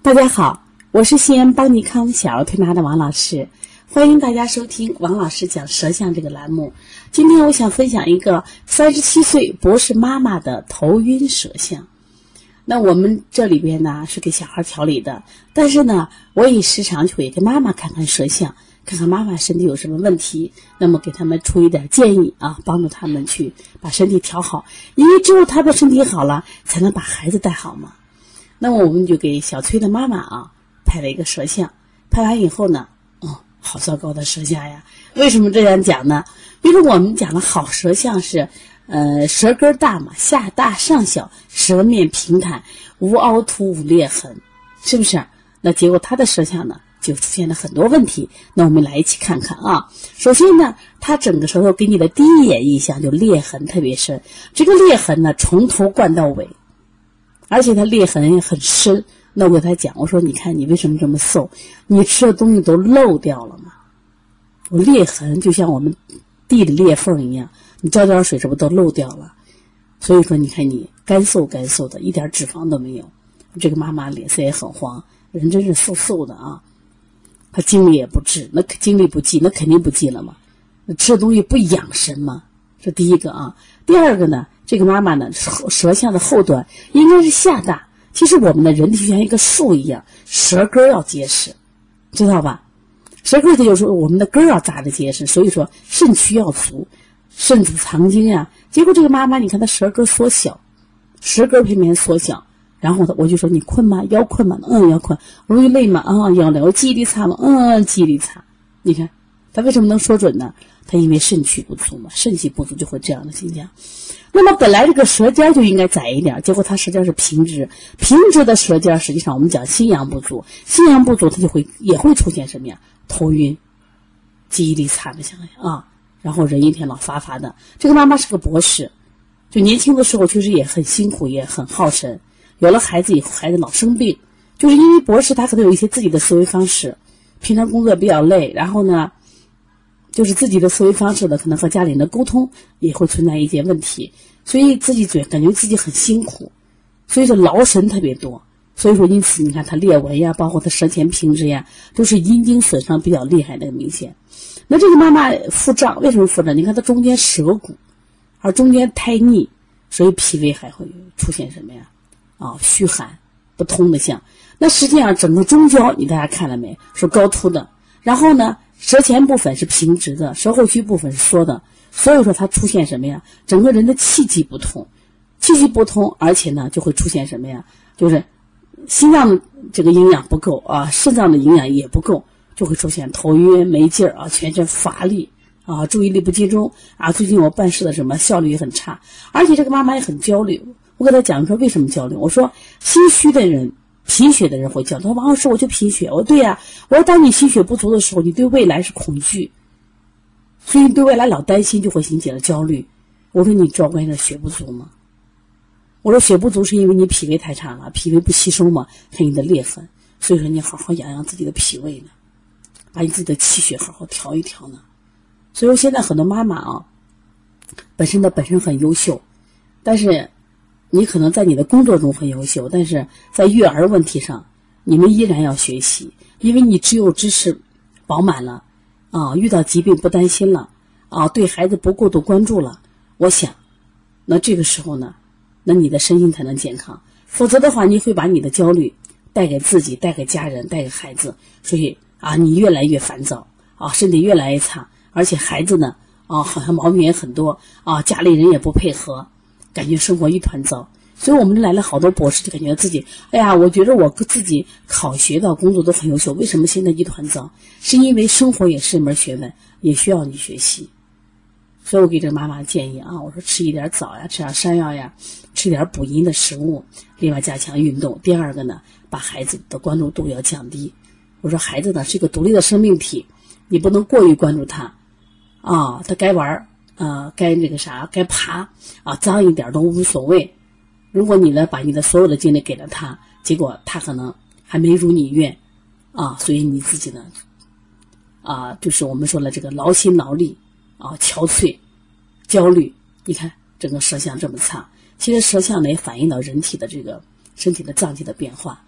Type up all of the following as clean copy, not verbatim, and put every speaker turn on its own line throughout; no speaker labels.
大家好，我是西安邦尼康小儿推拿的王老师，欢迎大家收听王老师讲舌象这个栏目。今天我想分享一个37岁博士妈妈的头晕舌象。那我们这里边呢是给小孩调理的，但是呢我也时常就会给妈妈看看舌象，看看妈妈身体有什么问题，那么给他们出一点建议啊，帮助他们去把身体调好，因为只有他的身体好了才能把孩子带好嘛。那么我们就给小崔的妈妈啊拍了一个舌象，拍完以后呢，好糟糕的舌象呀！为什么这样讲呢？比如我们讲的好舌象是，舌根大嘛，下大上小，舌面平坦，无凹凸无裂痕，是不是？那结果他的舌象呢就出现了很多问题。那我们来一起看看啊。首先呢，他整个舌头给你的第一眼印象就裂痕特别深，这个裂痕呢从头贯到尾。而且它裂痕很深，那我给他讲，我说你看你为什么这么瘦，你吃的东西都漏掉了吗？我裂痕就像我们地的裂缝一样，你浇点水是不是都漏掉了？所以说你看你干瘦的，一点脂肪都没有。这个妈妈脸色也很黄，人真是瘦的啊。她精力也不济，那精力不济，那肯定不济了嘛。那吃的东西不养神嘛，这第一个啊。第二个呢，这个妈妈呢，舌象的后端应该是下大。其实我们的人体就像一个树一样，舌根要结实，知道吧？舌根它就是我们的根要扎得结实，所以说肾区要足，肾主藏精呀。结果这个妈妈，你看她舌根缩小，舌根偏偏缩小，然后我就说你困吗？腰困吗？腰困。容易累吗？腰累。我记忆力差吗？记忆力差。你看她为什么能说准呢？他因为肾气不足嘛，肾气不足就会这样的现象。那么本来这个舌尖就应该窄一点，结果他舌尖是平直的舌尖，实际上我们讲心阳不足，心阳不足它也会出现什么呀？头晕、记忆力差的现象啊，然后人一天老发的。这个妈妈是个博士，就年轻的时候确实也很辛苦，也很耗神。有了孩子以后，孩子老生病，就是因为博士他可能有一些自己的思维方式，平常工作比较累，然后呢就是自己的思维方式呢，可能和家里人的沟通也会存在一些问题，所以自己感觉自己很辛苦，所以说劳神特别多，所以说因此你看他裂纹呀，包括他舌前平直呀，都是阴经损伤比较厉害的明显。那这个妈妈腹胀，为什么腹胀？你看她中间舌骨，而中间胎腻，所以脾胃还会出现什么呀？虚寒不通的象。那实际上整个中焦你大家看了没？是高凸的，然后呢舌前部分是平直的，舌后区部分是缩的，所以说它出现什么呀？整个人的气机不通，而且呢就会出现什么呀？就是心脏的这个营养不够啊，肾脏的营养也不够，就会出现头晕没劲儿啊，全身乏力啊，注意力不集中啊。最近我办事的什么效率也很差，而且这个妈妈也很焦虑。我给她讲说为什么焦虑，我说心虚的人贫血的人会焦虑。他说王老师我就贫血。我说对呀，我说当你心血不足的时候，你对未来是恐惧，所以你对未来老担心，就会引起了焦虑。我说你知道关键是血不足吗？我说血不足是因为你脾胃太差了，脾胃不吸收嘛，看你的裂痕。所以说你好好养养自己的脾胃呢，把你自己的气血好好调一调呢。所以说现在很多妈妈啊，本身很优秀，但是你可能在你的工作中很优秀，但是在育儿问题上你们依然要学习，因为你只有知识饱满了啊，遇到疾病不担心了啊，对孩子不过度关注了，我想那这个时候呢，那你的身心才能健康。否则的话你会把你的焦虑带给自己，带给家人，带给孩子，所以你越来越烦躁啊，身体越来越差，而且孩子呢好像毛病也很多啊，家里人也不配合，感觉生活一团糟。所以我们来了好多博士，就感觉自己我觉得我自己考学到工作都很优秀，为什么现在一团糟？是因为生活也是一门学问，也需要你学习。所以我给这个妈妈建议我说吃一点枣呀，吃点山药呀，吃点补阴的食物，另外加强运动。第二个呢，把孩子的关注度要降低。我说孩子呢是个独立的生命体，你不能过于关注他他该玩该该爬脏一点都无所谓。如果你呢把你的所有的精力给了他，结果他可能还没如你愿所以你自己呢就是我们说了这个劳心劳力憔悴焦虑。你看整个舌象这么差，其实舌象呢也反映到人体的这个身体的脏器的变化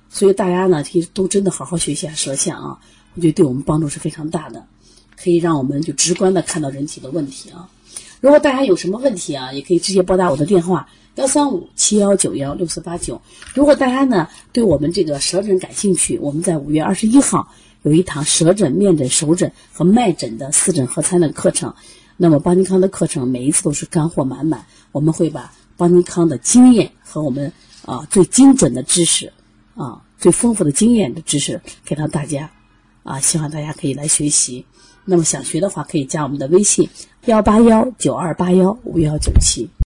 所以大家呢其实都真的好好学习舌象啊，我觉得对我们帮助是非常大的，可以让我们就直观的看到人体的问题啊。如果大家有什么问题啊，也可以直接拨打我的电话13571916489。如果大家呢对我们这个舌诊感兴趣，我们在5月21号有一堂舌诊、面诊、手诊和脉诊的4诊合参的课程。那么邦尼康的课程每一次都是干货满满，我们会把邦尼康的经验和我们最精准的知识最丰富的经验的知识给到大家希望大家可以来学习。那么想学的话可以加我们的微信18192815197。